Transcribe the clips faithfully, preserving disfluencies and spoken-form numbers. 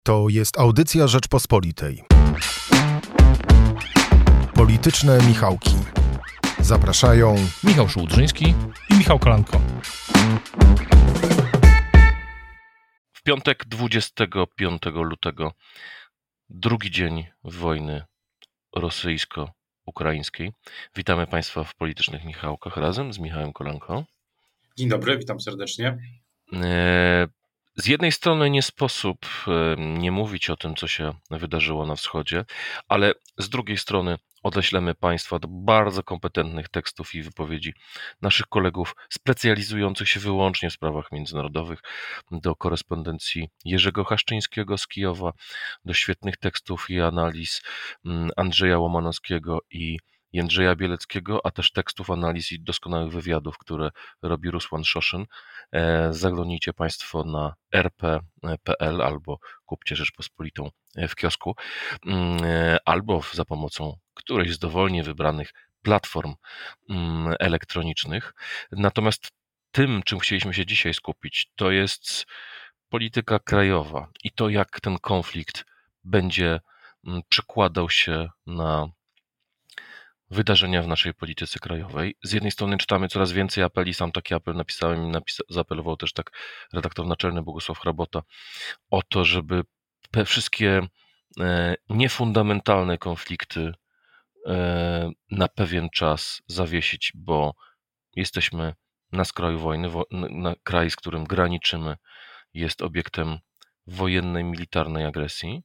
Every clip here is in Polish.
To jest audycja Rzeczpospolitej. Polityczne Michałki. Zapraszają Michał Szułdrzyński i Michał Kolanko. W piątek dwudziestego piątego lutego, drugi dzień wojny rosyjsko-ukraińskiej. Witamy Państwa w Politycznych Michałkach razem z Michałem Kolanką. Dzień dobry, witam serdecznie. Z jednej strony nie sposób nie mówić o tym, co się wydarzyło na wschodzie, ale z drugiej strony odeślemy Państwa do bardzo kompetentnych tekstów i wypowiedzi naszych kolegów specjalizujących się wyłącznie w sprawach międzynarodowych, do korespondencji Jerzego Haszczyńskiego z Kijowa, do świetnych tekstów i analiz Andrzeja Łomanowskiego i Jędrzeja Bieleckiego, a też tekstów, analiz i doskonałych wywiadów, które robi Rusłan Szoszyn. Zaglądnijcie Państwo na er pe kropka pe el albo kupcie Rzeczpospolitą w kiosku, albo za pomocą którejś z dowolnie wybranych platform elektronicznych. Natomiast tym, czym chcieliśmy się dzisiaj skupić, to jest polityka krajowa i to, jak ten konflikt będzie przekładał się na wydarzenia w naszej polityce krajowej. Z jednej strony czytamy coraz więcej apeli, sam taki apel napisałem i napisa- zaapelował też tak redaktor naczelny Bogusław Hrabota o to, żeby te wszystkie e, niefundamentalne konflikty e, na pewien czas zawiesić, bo jesteśmy na skraju wojny, wo- na kraj, z którym graniczymy, jest obiektem wojennej, militarnej agresji.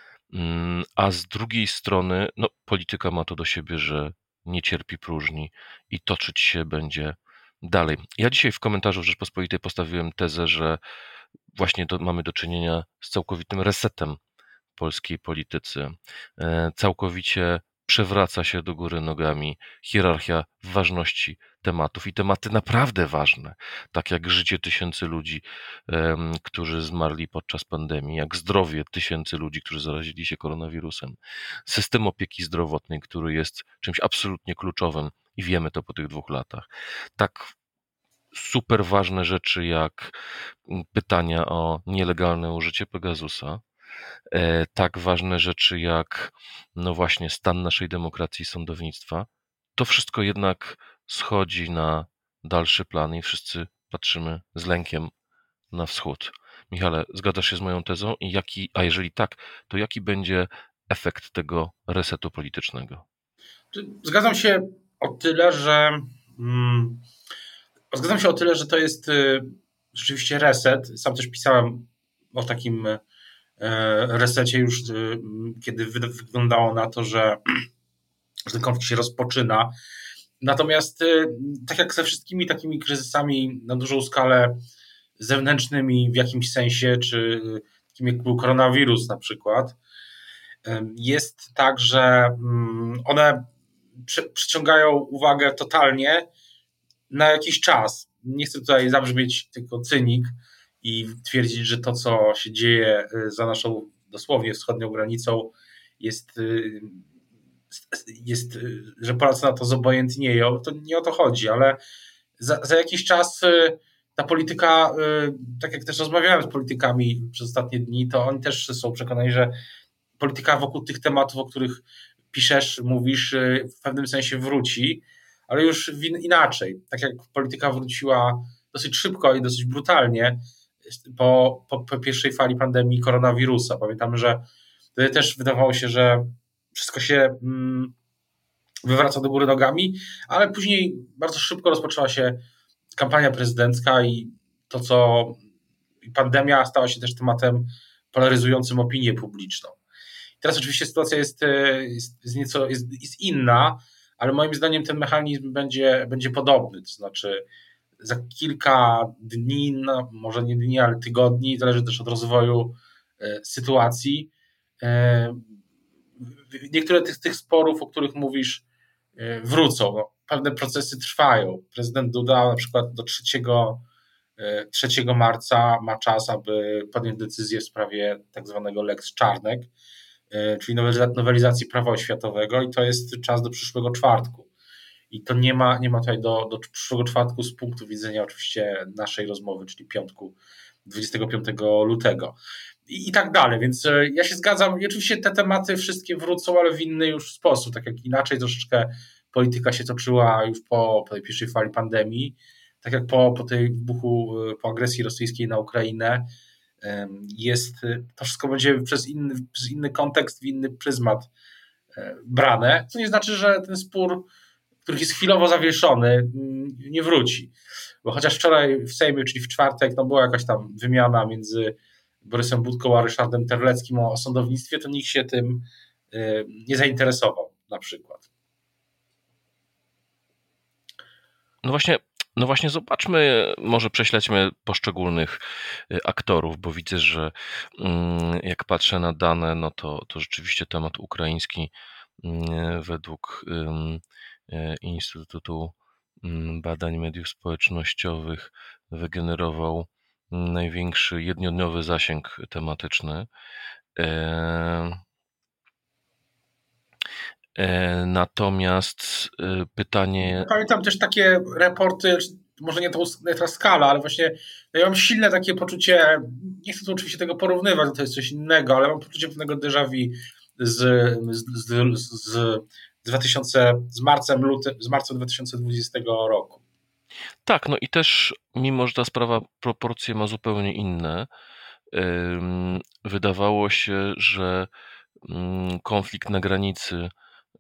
A z drugiej strony, no, polityka ma to do siebie, że nie cierpi próżni i toczyć się będzie dalej. Ja dzisiaj w komentarzu w Rzeczpospolitej postawiłem tezę, że właśnie do, mamy do czynienia z całkowitym resetem polskiej politycy. Całkowicie przewraca się do góry nogami hierarchia ważności tematów i tematy naprawdę ważne, tak jak życie tysięcy ludzi, um, którzy zmarli podczas pandemii, jak zdrowie tysięcy ludzi, którzy zarazili się koronawirusem, system opieki zdrowotnej, który jest czymś absolutnie kluczowym i wiemy to po tych dwóch latach. Tak super ważne rzeczy jak pytania o nielegalne użycie Pegasusa, tak ważne rzeczy jak no właśnie stan naszej demokracji i sądownictwa, to wszystko jednak schodzi na dalszy plan i wszyscy patrzymy z lękiem na wschód. Michale, zgadzasz się z moją tezą? I jaki, a jeżeli tak, to jaki będzie efekt tego resetu politycznego? Zgadzam się o tyle, że mm, zgadzam się o tyle, że to jest y, rzeczywiście reset. Sam też pisałem o takim y, resecie już, y, kiedy wy, wyglądało na to, że, że ten konflikt się rozpoczyna. Natomiast y, tak jak ze wszystkimi takimi kryzysami na dużą skalę zewnętrznymi w jakimś sensie, czy takim jak był koronawirus na przykład, jest tak, że one przyciągają uwagę totalnie na jakiś czas. Nie chcę tutaj zabrzmieć tylko cynik i twierdzić, że to, co się dzieje za naszą dosłownie wschodnią granicą jest, jest że Polacy na to zobojętnieją. To nie o to chodzi, ale za, za jakiś czas ta polityka, tak jak też rozmawiałem z politykami przez ostatnie dni, to oni też są przekonani, że polityka wokół tych tematów, o których piszesz, mówisz, w pewnym sensie wróci, ale już inaczej. Tak jak polityka wróciła dosyć szybko i dosyć brutalnie po, po, po pierwszej fali pandemii koronawirusa. Pamiętam, że wtedy też wydawało się, że wszystko się mm, wywraca do góry nogami, ale później bardzo szybko rozpoczęła się kampania prezydencka i to, co pandemia stała się też tematem polaryzującym opinię publiczną. Teraz oczywiście sytuacja jest, jest, jest nieco jest, jest inna, ale moim zdaniem ten mechanizm będzie, będzie podobny. To znaczy za kilka dni, no może nie dni, ale tygodni, zależy też od rozwoju e, sytuacji. E, niektóre tych, tych sporów, o których mówisz, e, wrócą. No, pewne procesy trwają. Prezydent Duda na przykład do trzeciego trzeciego marca ma czas, aby podjąć decyzję w sprawie tak zwanego Lex Czarnek, czyli nowelizacji prawa oświatowego, i to jest czas do przyszłego czwartku. I to nie ma, nie ma tutaj do, do przyszłego czwartku z punktu widzenia oczywiście naszej rozmowy, czyli piątku dwudziestego piątego lutego. i, i tak dalej. Więc ja się zgadzam. I oczywiście te tematy wszystkie wrócą, ale w inny już sposób. Tak jak inaczej troszeczkę polityka się toczyła już po, po tej pierwszej fali pandemii, tak jak po, po tej wybuchu, po agresji rosyjskiej na Ukrainę. Jest, to wszystko będzie przez inny, przez inny kontekst, w inny pryzmat brane, co nie znaczy, że ten spór, który jest chwilowo zawieszony, nie wróci. Bo chociaż wczoraj w Sejmie, czyli w czwartek, no była jakaś tam wymiana między Borysem Budką a Ryszardem Terleckim o, o sądownictwie, to nikt się tym nie zainteresował na przykład. No właśnie, no właśnie zobaczmy, może prześledźmy poszczególnych aktorów, bo widzę, że jak patrzę na dane, no to, to rzeczywiście temat ukraiński według Instytutu Badań Mediów Społecznościowych wygenerował największy jednodniowy zasięg tematyczny. Natomiast pytanie... Pamiętam też takie raporty, może nie, to, nie ta skala, ale właśnie ja mam silne takie poczucie, nie chcę tu oczywiście tego porównywać, to jest coś innego, ale mam poczucie pewnego déjà vu z, z, z, z, dwa tysiące, z, marcem, luty, z marcem dwa tysiące dwudziestego roku. Tak, no i też mimo, że ta sprawa proporcje ma zupełnie inne, wydawało się, że konflikt na granicy,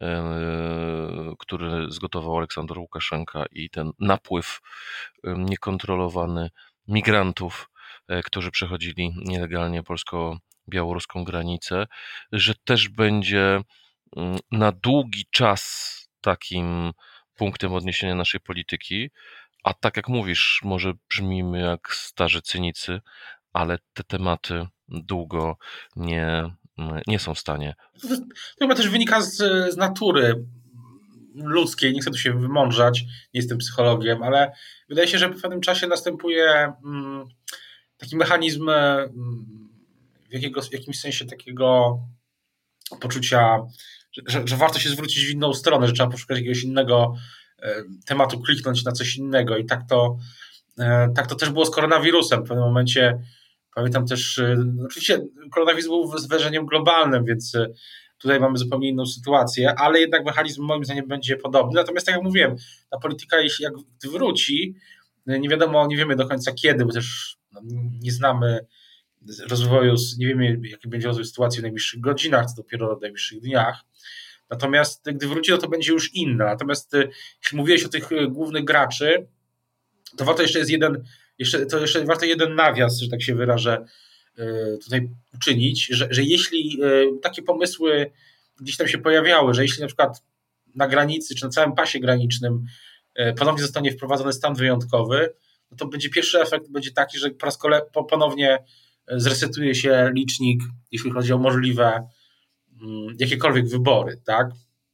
który zgotował Aleksander Łukaszenka i ten napływ niekontrolowany migrantów, którzy przechodzili nielegalnie polsko-białoruską granicę, że też będzie na długi czas takim punktem odniesienia naszej polityki, a tak jak mówisz, może brzmimy jak starzy cynicy, ale te tematy długo nie, nie są w stanie. To, to chyba też wynika z, z natury ludzkiej, nie chcę tu się wymądrzać, nie jestem psychologiem, ale wydaje się, że w pewnym czasie następuje mm, taki mechanizm mm, w, jakiego, w jakimś sensie takiego poczucia, że, że, że warto się zwrócić w inną stronę, że trzeba poszukać jakiegoś innego e, tematu, kliknąć na coś innego i tak to, e, tak to też było z koronawirusem. W pewnym momencie pamiętam też, e, oczywiście koronawirus był zderzeniem globalnym, więc e, tutaj mamy zupełnie inną sytuację, ale jednak mechanizm moim zdaniem będzie podobny. Natomiast tak jak mówiłem, ta polityka jeśli jak wróci, nie wiadomo, nie wiemy do końca kiedy, bo też no, nie znamy rozwoju, nie wiemy jaki będzie rozwój sytuacji w najbliższych godzinach, co dopiero w najbliższych dniach. Natomiast gdy wróci, no to będzie już inna. Natomiast jeśli mówiłeś o tych głównych graczy, to warto jeszcze jest jeden, jeszcze, to jeszcze warto jeden nawias, że tak się wyrażę, tutaj uczynić, że, że jeśli takie pomysły gdzieś tam się pojawiały, że jeśli na przykład na granicy, czy na całym pasie granicznym ponownie zostanie wprowadzony stan wyjątkowy, no to będzie pierwszy efekt będzie taki, że po raz kolejny ponownie zresetuje się licznik, jeśli chodzi o możliwe jakiekolwiek wybory, tak?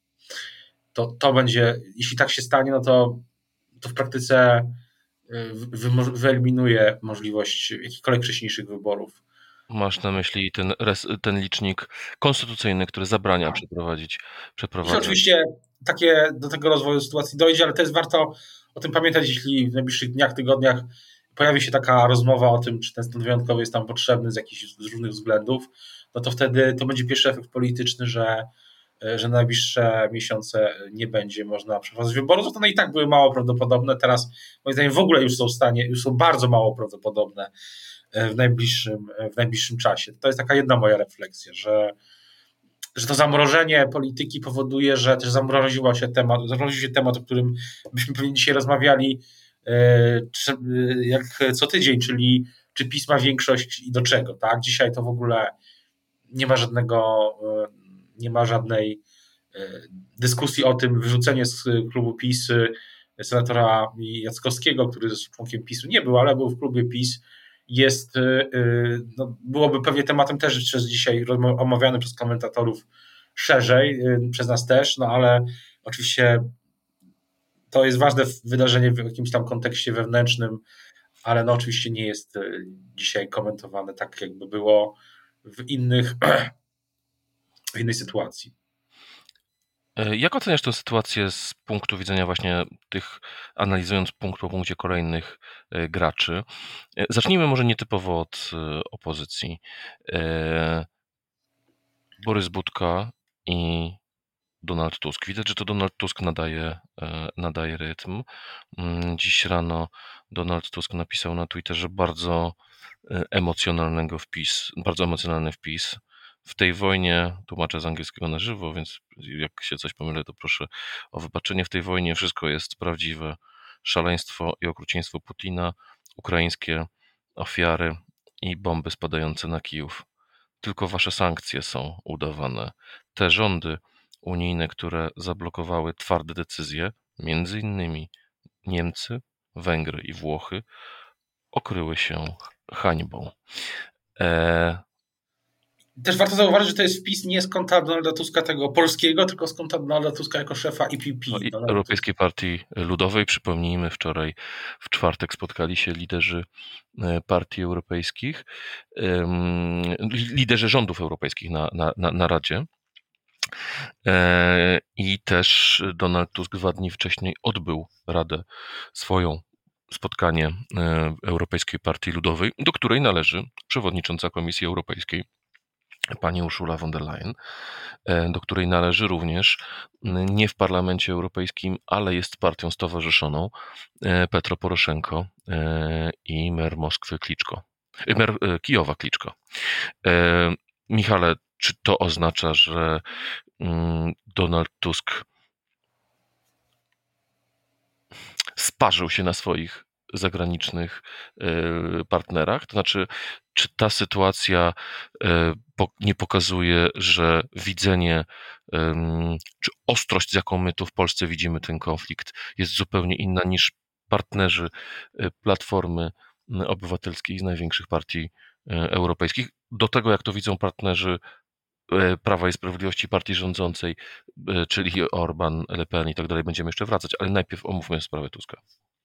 To, to będzie, jeśli tak się stanie, no to, to w praktyce wy, wyeliminuje możliwość jakichkolwiek wcześniejszych wyborów. Masz na myśli ten, ten licznik konstytucyjny, który zabrania tak. przeprowadzić. przeprowadzić. Oczywiście takie, do tego rozwoju sytuacji dojdzie, ale też warto o tym pamiętać, jeśli w najbliższych dniach, tygodniach pojawi się taka rozmowa o tym, czy ten stan wyjątkowy jest tam potrzebny z jakichś z różnych względów, no to wtedy to będzie pierwszy efekt polityczny, że, że na najbliższe miesiące nie będzie można przeprowadzać wyborów. To one i tak były mało prawdopodobne. Teraz moim zdaniem w ogóle już są w stanie, już są bardzo mało prawdopodobne w najbliższym, w najbliższym czasie. To jest taka jedna moja refleksja, że, że to zamrożenie polityki powoduje, że też zamroziła się temat, zamroził się temat, o którym byśmy pewnie dzisiaj rozmawiali jak co tydzień, czyli czy PiS ma większość i do czego, tak? Dzisiaj to w ogóle nie ma żadnego, nie ma żadnej dyskusji o tym. Wyrzucenie z klubu PiS senatora Jackowskiego, który jest członkiem PiSu nie był, ale był w klubie PiS, jest, no, byłoby pewnie tematem też przez dzisiaj omawiany przez komentatorów szerzej, przez nas też, no ale oczywiście to jest ważne wydarzenie w jakimś tam kontekście wewnętrznym, ale no oczywiście nie jest dzisiaj komentowane tak, jakby było w innych, w innej sytuacji. Jak oceniasz tę sytuację z punktu widzenia właśnie tych, analizując punkt po punkcie kolejnych e, graczy? E, Zacznijmy może nietypowo od e, opozycji. E, Borys Budka i Donald Tusk. Widać, że to Donald Tusk nadaje, e, nadaje rytm. Mm, Dziś rano Donald Tusk napisał na Twitterze bardzo e, emocjonalnego wpis, bardzo emocjonalny wpis. W tej wojnie, tłumaczę z angielskiego na żywo, więc jak się coś pomylę, to proszę o wybaczenie. W tej wojnie wszystko jest prawdziwe. Szaleństwo i okrucieństwo Putina, ukraińskie ofiary i bomby spadające na Kijów. Tylko wasze sankcje są udawane. Te rządy unijne, które zablokowały twarde decyzje, między innymi Niemcy, Węgry i Włochy, okryły się hańbą. E, Też warto zauważyć, że to jest wpis nie z konta Donalda Tuska tego polskiego, tylko z konta Donalda Tuska jako szefa E P P. no i Donald Europejskiej Partii Ludowej, przypomnijmy, wczoraj w czwartek spotkali się liderzy e, partii europejskich, em, liderzy rządów europejskich na, na, na, na Radzie. E, I też Donald Tusk dwa dni wcześniej odbył radę swoją, spotkanie e, Europejskiej Partii Ludowej, do której należy przewodnicząca Komisji Europejskiej, pani Ursula von der Leyen, e, do której należy również m, nie w Parlamencie Europejskim, ale jest partią stowarzyszoną e, Petro Poroszenko e, i mer Moskwy Kliczko, e, mer e, Kijowa Kliczko. E, Michale, czy to oznacza, że mm, Donald Tusk sparzył się na swoich zagranicznych e, partnerach? To znaczy, czy ta sytuacja e, po- nie pokazuje, że widzenie, em, czy ostrość, z jaką my tu w Polsce widzimy ten konflikt, jest zupełnie inna niż partnerzy e, Platformy m, Obywatelskiej z największych partii e, europejskich? Do tego, jak to widzą partnerzy e, Prawa i Sprawiedliwości, partii rządzącej, e, czyli Orban, Le Pen i tak dalej, będziemy jeszcze wracać, ale najpierw omówmy sprawę Tuska.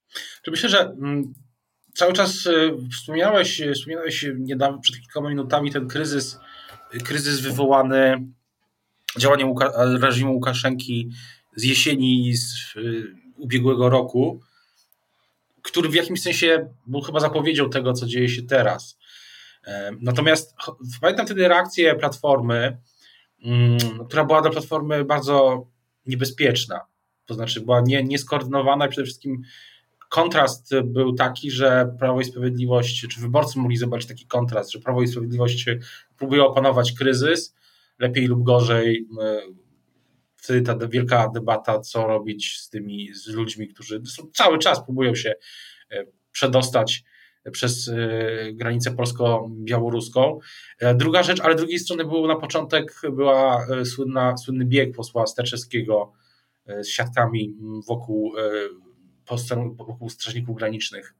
To myślę, że mm, cały czas y, wspomniałeś, y, wspomniałeś niedawno, przed kilkoma minutami ten kryzys, y, kryzys wywołany działaniem Łuka- reżimu Łukaszenki z jesieni z y, ubiegłego roku, który w jakimś sensie był chyba zapowiedzią tego, co dzieje się teraz. E, Natomiast cho- pamiętam wtedy reakcję Platformy, mm, która była dla Platformy bardzo niebezpieczna. To znaczy była nie, nieskoordynowana i przede wszystkim kontrast był taki, że Prawo i Sprawiedliwość, czy wyborcy mogli zobaczyć taki kontrast, że Prawo i Sprawiedliwość próbuje opanować kryzys, lepiej lub gorzej. e, Wtedy ta wielka debata, co robić z tymi z ludźmi, którzy są- cały czas próbują się e, przedostać przez e, granicę polsko-białoruską. E, Druga rzecz, ale z drugiej strony był na początek była e, słynna, słynny bieg posła Sterczewskiego e, z siatkami m, wokół, e, poster- wokół strażników granicznych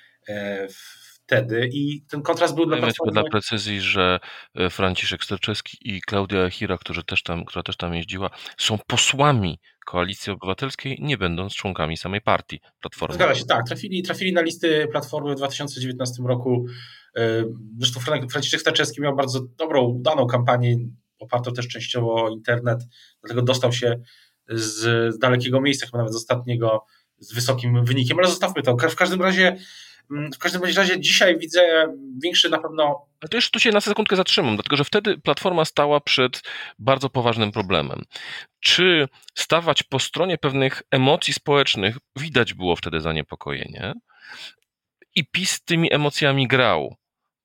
e, wtedy i ten kontrast był dla Dajmy tylko dla Platformy. precyzji, że e, Franciszek Sterczewski i Klaudia Jachira, którzy też tam, która też tam jeździła, są posłami Koalicji Obywatelskiej, nie będąc członkami samej partii Platformy. Zgadza się, tak. Trafili, trafili na listy Platformy w dwa tysiące dziewiętnastym roku. E, Zresztą Fran- Franciszek Sterczewski miał bardzo dobrą, udaną kampanię, opartą też częściowo o internet, dlatego dostał się z, z dalekiego miejsca, chyba nawet z ostatniego, z wysokim wynikiem, ale zostawmy to. W każdym razie, w każdym razie dzisiaj widzę większy na pewno. Ale to jeszcze tu się na sekundkę zatrzymam, dlatego że wtedy Platforma stała przed bardzo poważnym problemem. Czy stawać po stronie pewnych emocji społecznych, widać było wtedy zaniepokojenie, i PiS tymi emocjami grał,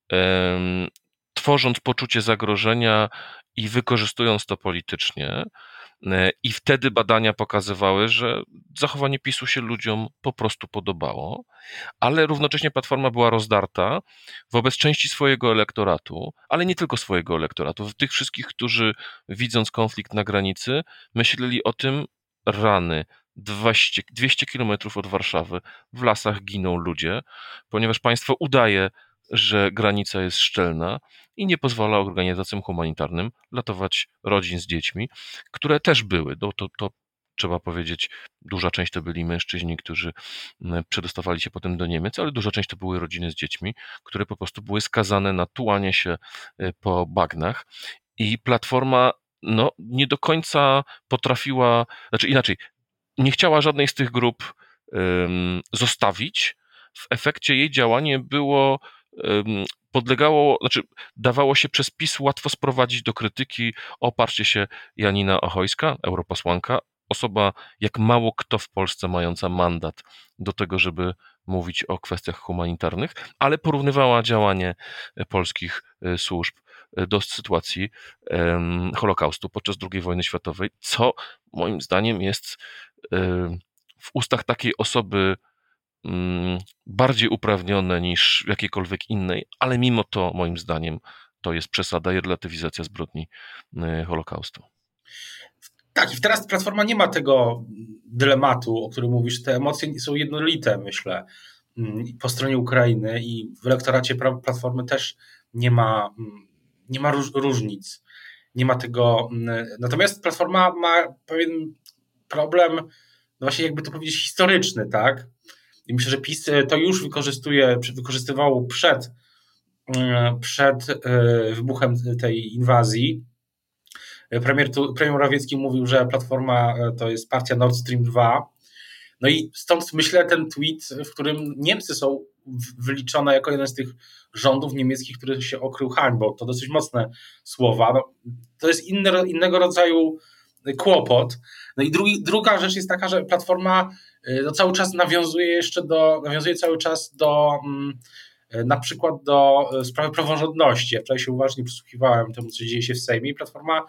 em, tworząc poczucie zagrożenia i wykorzystując to politycznie. E, I wtedy badania pokazywały, że zachowanie PiSu się ludziom po prostu podobało, ale równocześnie Platforma była rozdarta wobec części swojego elektoratu, ale nie tylko swojego elektoratu, tych wszystkich, którzy widząc konflikt na granicy, myśleli o tym, rany, dwieście, dwieście kilometrów od Warszawy w lasach giną ludzie, ponieważ państwo udaje, że granica jest szczelna i nie pozwala organizacjom humanitarnym ratować rodzin z dziećmi, które też były. To, to, to trzeba powiedzieć, duża część to byli mężczyźni, którzy m, przedostawali się potem do Niemiec, ale duża część to były rodziny z dziećmi, które po prostu były skazane na tułanie się y, po bagnach. I Platforma no, nie do końca potrafiła, znaczy inaczej, nie chciała żadnej z tych grup um, zostawić. W efekcie jej działanie było, um, podlegało, znaczy dawało się przez PiS łatwo sprowadzić do krytyki. Oparcie się Janina Ochojska, europosłanka, osoba jak mało kto w Polsce mająca mandat do tego, żeby mówić o kwestiach humanitarnych, ale porównywała działanie polskich służb do sytuacji um, Holokaustu podczas drugiej wojny światowej, co moim zdaniem jest um, w ustach takiej osoby um, bardziej uprawnione niż jakiejkolwiek innej, ale mimo to moim zdaniem to jest przesada i relatywizacja zbrodni um, Holokaustu. Tak, i teraz Platforma nie ma tego dylematu, o którym mówisz. Te emocje są jednolite, myślę, po stronie Ukrainy i w elektoracie Platformy też nie ma, nie ma róż, różnic. Nie ma tego. Natomiast Platforma ma pewien problem, no właśnie jakby to powiedzieć, historyczny, tak? I myślę, że PiS to już wykorzystuje, wykorzystywało przed, przed wybuchem tej inwazji. Premier, premier Morawiecki mówił, że Platforma to jest partia Nord Stream dwa. No i stąd myślę ten tweet, w którym Niemcy są wyliczone jako jeden z tych rządów niemieckich, który się okrył hańbą. To dosyć mocne słowa. No, to jest inny, innego rodzaju kłopot. No i drugi, druga rzecz jest taka, że Platforma no, cały czas nawiązuje jeszcze do, nawiązuje cały czas do na przykład do sprawy praworządności. Ja wczoraj się uważnie przysłuchiwałem temu, co dzieje się w Sejmie i Platforma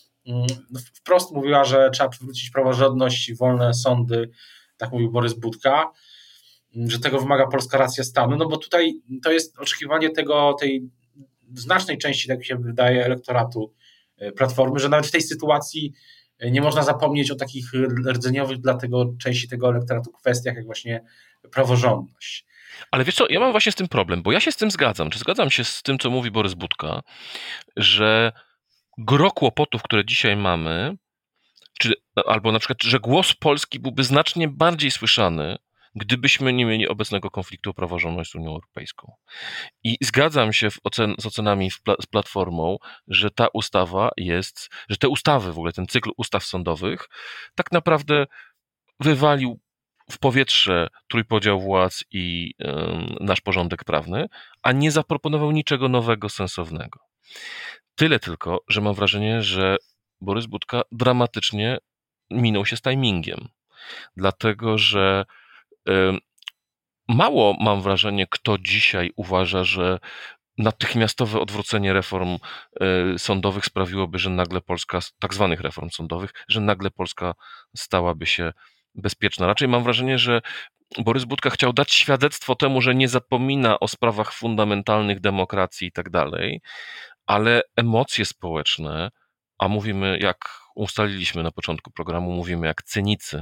wprost mówiła, że trzeba przywrócić praworządność i wolne sądy, tak mówił Borys Budka, że tego wymaga polska racja stanu, no bo tutaj to jest oczekiwanie tego, tej znacznej części, tak mi się wydaje, elektoratu Platformy, że nawet w tej sytuacji nie można zapomnieć o takich rdzeniowych dla tego części tego elektoratu kwestiach, jak właśnie praworządność. Ale wiesz co, ja mam właśnie z tym problem, bo ja się z tym zgadzam, czy zgadzam się z tym, co mówi Borys Budka, że gro kłopotów, które dzisiaj mamy, czy, albo na przykład, że głos Polski byłby znacznie bardziej słyszany, gdybyśmy nie mieli obecnego konfliktu o praworządność z Unią Europejską. I zgadzam się w ocen, z ocenami w pla, z Platformą, że ta ustawa jest, że te ustawy, w ogóle ten cykl ustaw sądowych tak naprawdę wywalił w powietrze trójpodział władz i y, nasz porządek prawny, a nie zaproponował niczego nowego, sensownego. Tyle tylko, że mam wrażenie, że Borys Budka dramatycznie minął się z timingiem. Dlatego, że y, mało, mam wrażenie, kto dzisiaj uważa, że natychmiastowe odwrócenie reform y, sądowych sprawiłoby, że nagle Polska, tak zwanych reform sądowych, że nagle Polska stałaby się bezpieczna. Raczej mam wrażenie, że Borys Budka chciał dać świadectwo temu, że nie zapomina o sprawach fundamentalnych demokracji i tak dalej, ale emocje społeczne, a mówimy, jak ustaliliśmy na początku programu, mówimy jak cynicy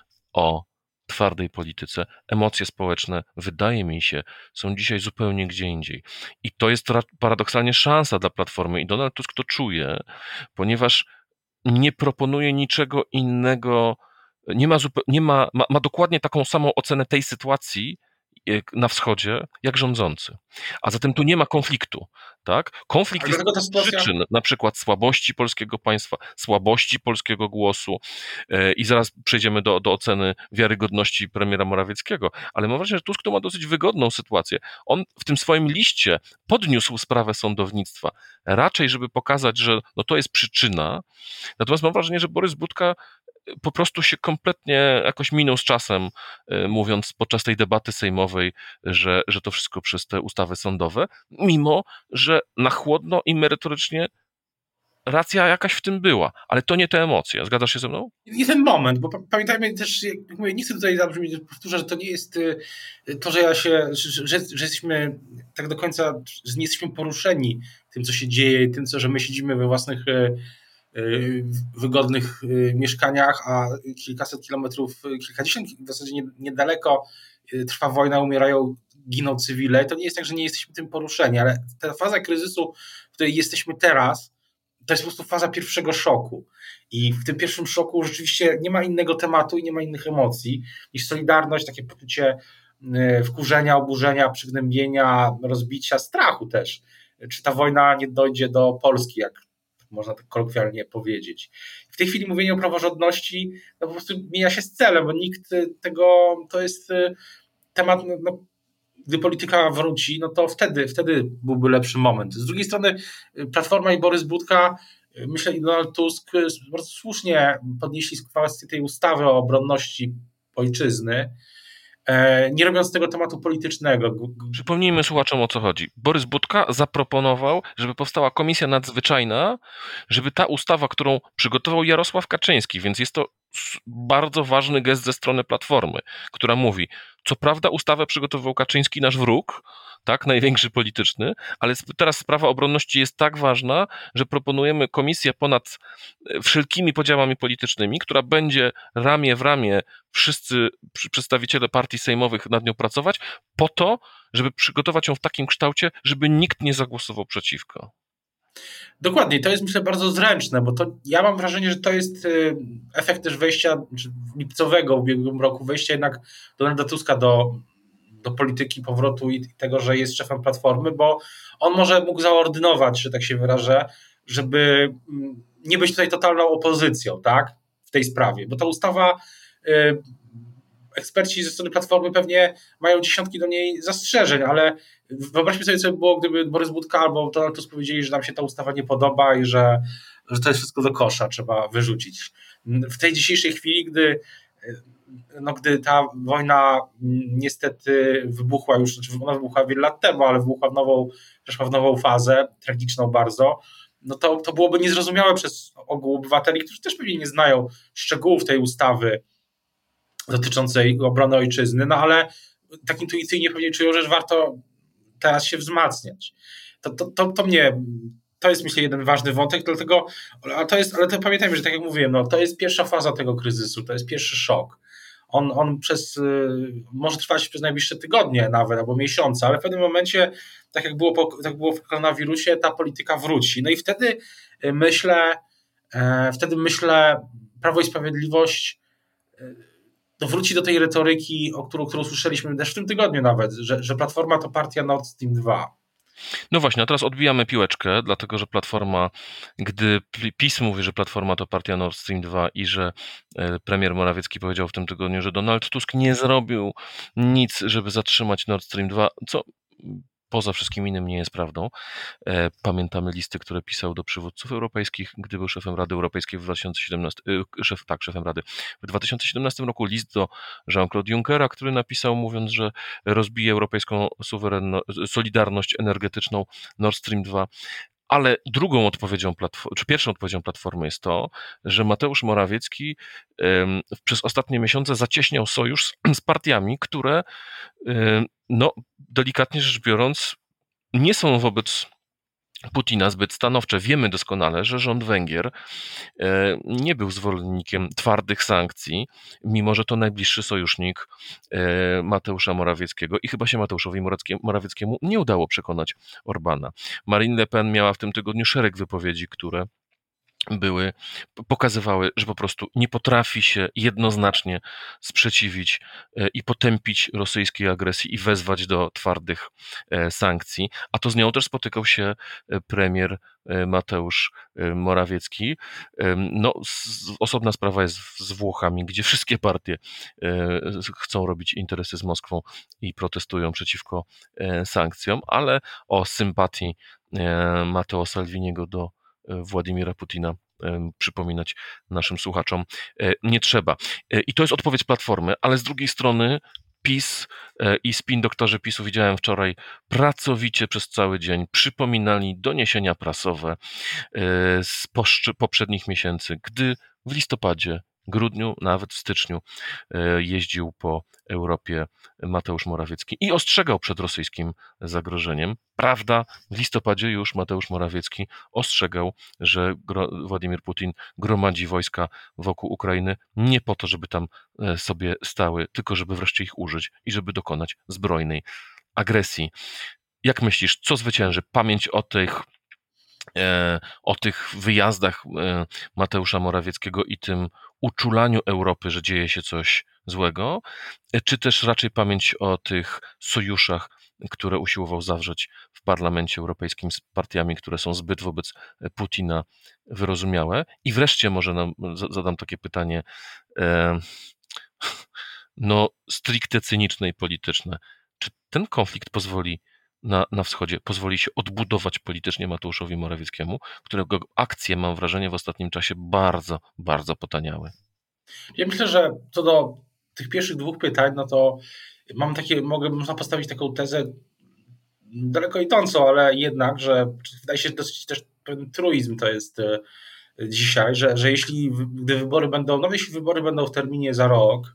o twardej polityce, emocje społeczne, wydaje mi się, są dzisiaj zupełnie gdzie indziej. I to jest paradoksalnie szansa dla Platformy i Donald Tusk to czuje, ponieważ nie proponuje niczego innego, nie ma, zupe- nie ma, ma, ma dokładnie taką samą ocenę tej sytuacji na wschodzie, jak rządzący. A zatem tu nie ma konfliktu, tak? Konflikt Ale jest z sytuacja... przyczyn, na przykład słabości polskiego państwa, słabości polskiego głosu yy, i zaraz przejdziemy do, do oceny wiarygodności premiera Morawieckiego, ale mam wrażenie, że Tusk tu ma dosyć wygodną sytuację. On w tym swoim liście podniósł sprawę sądownictwa, raczej żeby pokazać, że no to jest przyczyna, natomiast mam wrażenie, że Borys Budka po prostu się kompletnie jakoś minął z czasem, mówiąc podczas tej debaty sejmowej, że, że to wszystko przez te ustawy sądowe, mimo że na chłodno i merytorycznie racja jakaś w tym była, ale to nie te emocje. Zgadzasz się ze mną? Nie ten moment, bo pamiętajmy też, jak mówię, nie chcę tutaj zabrzmieć, powtórzę, że to nie jest to, że ja się, że, że, że jesteśmy tak do końca, że nie jesteśmy poruszeni tym, co się dzieje, tym, co, że my siedzimy we własnych wygodnych mieszkaniach, a kilkaset kilometrów, kilkadziesiąt w zasadzie niedaleko trwa wojna, umierają, giną cywile. To nie jest tak, że nie jesteśmy tym poruszeni, ale ta faza kryzysu, w której jesteśmy teraz, to jest po prostu faza pierwszego szoku. I w tym pierwszym szoku rzeczywiście nie ma innego tematu i nie ma innych emocji niż solidarność, takie poczucie wkurzenia, oburzenia, przygnębienia, rozbicia, strachu też. Czy ta wojna nie dojdzie do Polski, jak można tak kolokwialnie powiedzieć. W tej chwili mówienie o praworządności no po prostu mija się z celem, bo nikt tego, to jest temat, no, gdy polityka wróci, no to wtedy, wtedy byłby lepszy moment. Z drugiej strony Platforma i Borys Budka, myślę, i Donald Tusk bardzo słusznie podnieśli kwestię tej ustawy o obronności ojczyzny, nie robiąc z tego tematu politycznego. Przypomnijmy słuchaczom, o co chodzi. Borys Budka zaproponował, żeby powstała komisja nadzwyczajna, żeby ta ustawa, którą przygotował Jarosław Kaczyński, więc jest to bardzo ważny gest ze strony Platformy, która mówi, co prawda ustawę przygotował Kaczyński, nasz wróg, tak, największy polityczny, ale teraz sprawa obronności jest tak ważna, że proponujemy komisję ponad wszelkimi podziałami politycznymi, która będzie ramię w ramię wszyscy przedstawiciele partii sejmowych nad nią pracować, po to, żeby przygotować ją w takim kształcie, żeby nikt nie zagłosował przeciwko. Dokładnie, to jest myślę bardzo zręczne, bo to ja mam wrażenie, że to jest efekt też wejścia lipcowego w ubiegłym roku, wejścia jednak Donalda Tuska do, do polityki, powrotu i tego, że jest szefem Platformy, bo on może mógł zaordynować, że tak się wyrażę, żeby nie być tutaj totalną opozycją, tak, w tej sprawie, bo ta ustawa, y, eksperci ze strony Platformy pewnie mają dziesiątki do niej zastrzeżeń, ale wyobraźmy sobie, co by było, gdyby Borys Budka albo Donald Tusk powiedzieli, że nam się ta ustawa nie podoba i że, że to jest wszystko do kosza, trzeba wyrzucić. W tej dzisiejszej chwili, gdy, no, gdy ta wojna niestety wybuchła już, znaczy ona wybuchła wiele lat temu, ale wybuchła w nową, przeszła w nową fazę, tragiczną bardzo, no to, to byłoby niezrozumiałe przez ogół obywateli, którzy też pewnie nie znają szczegółów tej ustawy dotyczącej obrony ojczyzny, no ale tak intuicyjnie pewnie czują, że warto teraz się wzmacniać. To, to, to, to mnie, to jest myślę jeden ważny wątek, dlatego, ale to jest, ale to pamiętajmy, że tak jak mówiłem, no, to jest pierwsza faza tego kryzysu, to jest pierwszy szok. On, on przez, może trwać przez najbliższe tygodnie nawet, albo miesiące, ale w pewnym momencie, tak jak było po, tak było w koronawirusie, ta polityka wróci. No i wtedy myślę, wtedy myślę, Prawo i Sprawiedliwość to wróci do tej retoryki, o którą, którą słyszeliśmy też w tym tygodniu nawet, że, że Platforma to partia Nord Stream dwa. No właśnie, a teraz odbijamy piłeczkę, dlatego że Platforma, gdy PiS mówi, że Platforma to partia Nord Stream dwa i że premier Morawiecki powiedział w tym tygodniu, że Donald Tusk nie zrobił nic, żeby zatrzymać Nord Stream dwa, co poza wszystkim innym nie jest prawdą. Pamiętamy listy, które pisał do przywódców europejskich, gdy był szefem Rady Europejskiej w dwa tysiące siedemnastym, szef, tak, szefem Rady. W dwa tysiące siedemnastym roku list do Jean-Claude Junckera, który napisał, mówiąc, że rozbije europejską suwerenno, solidarność energetyczną Nord Stream dwa. Ale drugą odpowiedzią, czy pierwszą odpowiedzią Platformy jest to, że Mateusz Morawiecki um, przez ostatnie miesiące zacieśniał sojusz z, z partiami, które, um, no, delikatnie rzecz biorąc, nie są wobec Putina zbyt stanowcze. Wiemy doskonale, że rząd Węgier e, nie był zwolennikiem twardych sankcji, mimo że to najbliższy sojusznik e, Mateusza Morawieckiego i chyba się Mateuszowi Morawieckiemu nie udało przekonać Orbana. Marine Le Pen miała w tym tygodniu szereg wypowiedzi, które były, pokazywały, że po prostu nie potrafi się jednoznacznie sprzeciwić i potępić rosyjskiej agresji i wezwać do twardych sankcji, a to z nią też spotykał się premier Mateusz Morawiecki. No, osobna sprawa jest z Włochami, gdzie wszystkie partie chcą robić interesy z Moskwą i protestują przeciwko sankcjom, ale o sympatii Matteo Salviniego do Władimira Putina przypominać naszym słuchaczom nie trzeba. I to jest odpowiedź Platformy, ale z drugiej strony PiS i spin doktorzy PiSu widziałem wczoraj pracowicie przez cały dzień przypominali doniesienia prasowe z poprzednich miesięcy, gdy w listopadzie, grudniu, nawet w styczniu jeździł po Europie Mateusz Morawiecki i ostrzegał przed rosyjskim zagrożeniem. Prawda, w listopadzie już Mateusz Morawiecki ostrzegał, że Władimir Putin gromadzi wojska wokół Ukrainy nie po to, żeby tam sobie stały, tylko żeby wreszcie ich użyć i żeby dokonać zbrojnej agresji. Jak myślisz, co zwycięży? Pamięć o tych o tych wyjazdach Mateusza Morawieckiego i tym uczulaniu Europy, że dzieje się coś złego, czy też raczej pamięć o tych sojuszach które usiłował zawrzeć w Parlamencie Europejskim z partiami, które są zbyt wobec Putina wyrozumiałe. I wreszcie może nam, zadam takie pytanie, e, no stricte cyniczne i polityczne. Czy ten konflikt pozwoli na, na wschodzie, pozwoli się odbudować politycznie Mateuszowi Morawieckiemu, którego akcje, mam wrażenie, w ostatnim czasie bardzo, bardzo potaniały? Ja myślę, że co do tych pierwszych dwóch pytań, no to mam takie, mogę, można postawić taką tezę daleko idącą, ale jednak, że wydaje się dosyć też pewien truizm to jest dzisiaj, że, że jeśli, gdy wybory będą, no jeśli wybory będą w terminie za rok,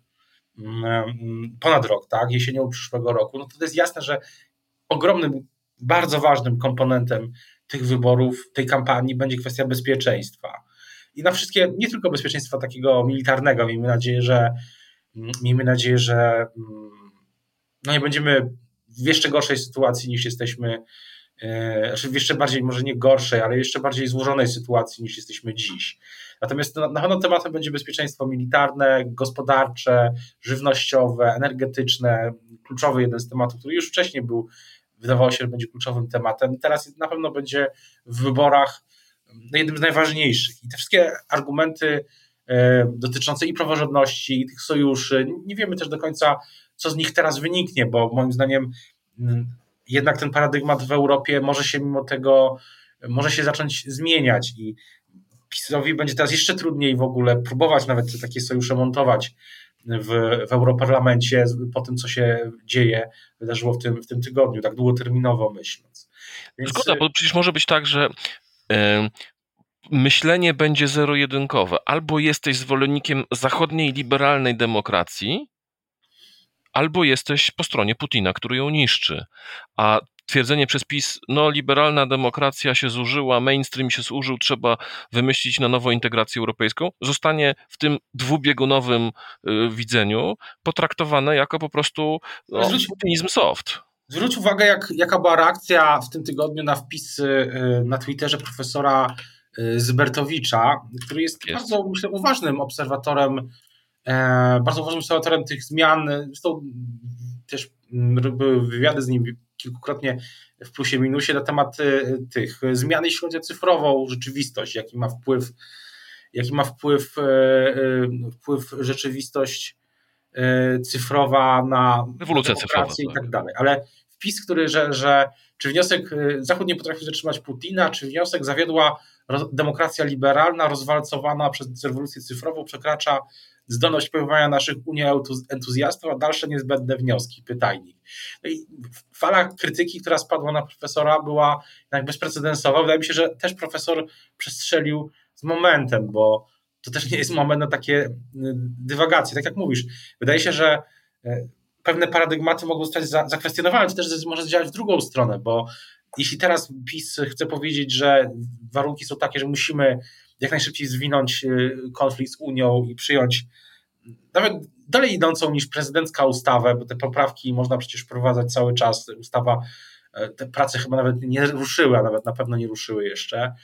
ponad rok, tak, jesienią przyszłego roku, no to, to jest jasne, że ogromnym, bardzo ważnym komponentem tych wyborów, tej kampanii będzie kwestia bezpieczeństwa. I na wszystkie, nie tylko bezpieczeństwa takiego militarnego, miejmy nadzieję, że miejmy nadzieję, że no nie będziemy w jeszcze gorszej sytuacji niż jesteśmy, znaczy w jeszcze bardziej, może nie gorszej, ale jeszcze bardziej złożonej sytuacji niż jesteśmy dziś. Natomiast na pewno tematem będzie bezpieczeństwo militarne, gospodarcze, żywnościowe, energetyczne, kluczowy jeden z tematów, który już wcześniej był, wydawało się, że będzie kluczowym tematem. Teraz na pewno będzie w wyborach jednym z najważniejszych. I te wszystkie argumenty dotyczące i praworządności, i tych sojuszy, nie wiemy też do końca, co z nich teraz wyniknie, bo moim zdaniem jednak ten paradygmat w Europie może się mimo tego, może się zacząć zmieniać i PiS-owi będzie teraz jeszcze trudniej w ogóle próbować nawet takie sojusze montować w, w Europarlamencie po tym, co się dzieje, wydarzyło w tym, w tym tygodniu, tak długoterminowo myśląc. Więc... Zgoda, bo przecież może być tak, że yy, myślenie będzie zero-jedynkowe. Albo jesteś zwolennikiem zachodniej, liberalnej demokracji, albo jesteś po stronie Putina, który ją niszczy. A twierdzenie przez PiS, no liberalna demokracja się zużyła, mainstream się zużył, trzeba wymyślić na nowo integrację europejską, zostanie w tym dwubiegunowym y, widzeniu potraktowane jako po prostu no, zwróć, putinizm soft. Zwróć uwagę, jak, jaka była reakcja w tym tygodniu na wpis y, na Twitterze profesora y, Zybertowicza, który jest, jest. bardzo, myślę, uważnym obserwatorem e, bardzo uważnym obserwatorem tych zmian. Zresztą też były wywiady z nim kilkukrotnie w plusie minusie na temat tych zmian, jeśli chodzi o cyfrową rzeczywistość, jaki ma wpływ, jaki ma wpływ, wpływ rzeczywistość cyfrowa na ewolucja demokrację i tak dalej. Ale wpis, który, że, że czy wniosek Zachód nie potrafi zatrzymać Putina, czy wniosek zawiodła demokracja liberalna rozwalcowana przez rewolucję cyfrową przekracza zdolność pojmowania naszych Unii entuzjastów, a dalsze niezbędne wnioski, pytajnik. No i fala krytyki, która spadła na profesora, była jednak bezprecedensowa. Wydaje mi się, że też profesor przestrzelił z momentem, bo to też nie jest moment na takie dywagacje. Tak jak mówisz, wydaje się, że pewne paradygmaty mogą zostać zakwestionowane, to też może działać w drugą stronę, bo jeśli teraz PiS chce powiedzieć, że warunki są takie, że musimy jak najszybciej zwinąć konflikt z Unią i przyjąć nawet dalej idącą niż prezydencka ustawę, bo te poprawki można przecież wprowadzać cały czas, ustawa, te prace chyba nawet nie ruszyły, a nawet na pewno nie ruszyły jeszcze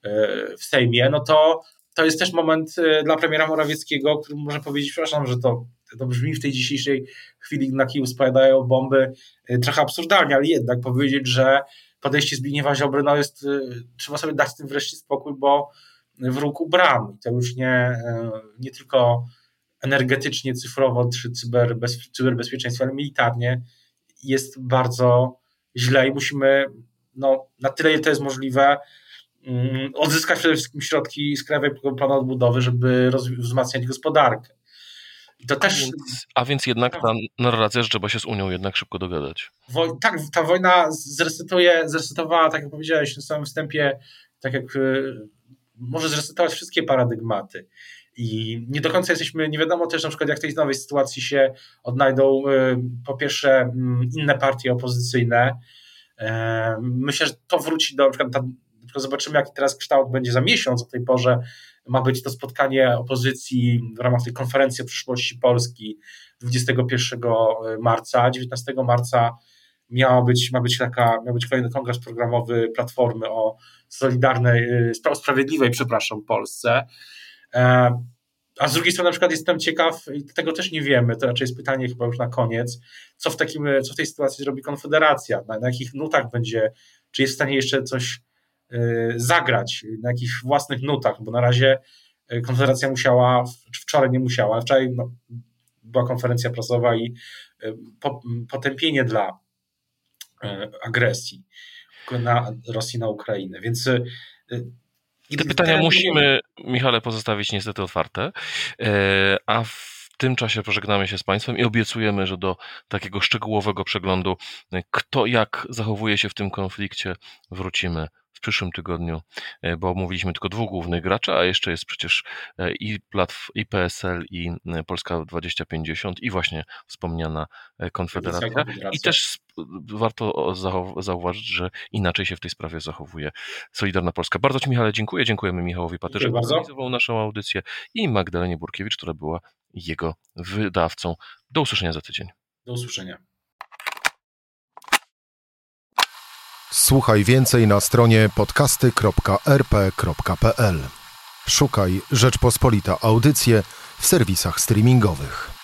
w Sejmie, no to to jest też moment dla premiera Morawieckiego, który może powiedzieć, przepraszam, że to, to brzmi w tej dzisiejszej chwili, na Kijów spadają bomby, trochę absurdalnie, ale jednak powiedzieć, że podejście Zbigniewa Ziobry, no jest, trzeba sobie dać z tym wreszcie spokój, bo wróg u bram. I to już nie, nie tylko energetycznie, cyfrowo, czy cyberbez, cyberbezpieczeństwo, ale militarnie jest bardzo źle i musimy no, na tyle, ile to jest możliwe, odzyskać przede wszystkim środki z Krajowego Planu Odbudowy, żeby rozwi- wzmacniać gospodarkę. I to też... a, więc, a więc jednak ta narracja, że trzeba się z Unią jednak szybko dogadać. Woj- tak, ta wojna zresetuje, zresetowała, tak jak powiedziałeś na samym wstępie, tak jak może zresetować wszystkie paradygmaty. I nie do końca jesteśmy, nie wiadomo też na przykład jak w tej nowej sytuacji się odnajdą po pierwsze inne partie opozycyjne. Myślę, że to wróci do na przykład, ta, na przykład zobaczymy jaki teraz kształt będzie za miesiąc, o tej porze ma być to spotkanie opozycji w ramach tej konferencji o przyszłości Polski dwudziestego pierwszego marca. dziewiętnastego marca miała być, ma być taka, miał być kolejny kongres programowy Platformy o solidarnej, sprawiedliwej, przepraszam, Polsce. A z drugiej strony na przykład jestem ciekaw, i tego też nie wiemy, to raczej jest pytanie chyba już na koniec, co w, takim, co w tej sytuacji zrobi Konfederacja, na, na jakich nutach będzie, czy jest w stanie jeszcze coś y, zagrać, na jakichś własnych nutach, bo na razie Konfederacja musiała, czy wczoraj nie musiała, ale wczoraj no, była konferencja prasowa i y, po, potępienie dla y, agresji na Rosji na Ukrainę, więc y, I te pytania musimy, Michale, pozostawić niestety otwarte, a w tym czasie pożegnamy się z Państwem i obiecujemy, że do takiego szczegółowego przeglądu, kto jak zachowuje się w tym konflikcie, wrócimy w przyszłym tygodniu, bo omówiliśmy tylko dwóch głównych graczy, a jeszcze jest przecież i, Platf- i P S L, i Polska dwadzieścia pięćdziesiąt, i właśnie wspomniana Konfederacja. I też warto zauważyć, że inaczej się w tej sprawie zachowuje Solidarna Polska. Bardzo Ci, Michale, dziękuję. Dziękujemy Michałowi Patyrze, który organizował naszą audycję, i Magdalenie Burkiewicz, która była jego wydawcą. Do usłyszenia za tydzień. Do usłyszenia. Słuchaj więcej na stronie podcasty kropka er pe kropka pe el. Szukaj Rzeczpospolita Audycje w serwisach streamingowych.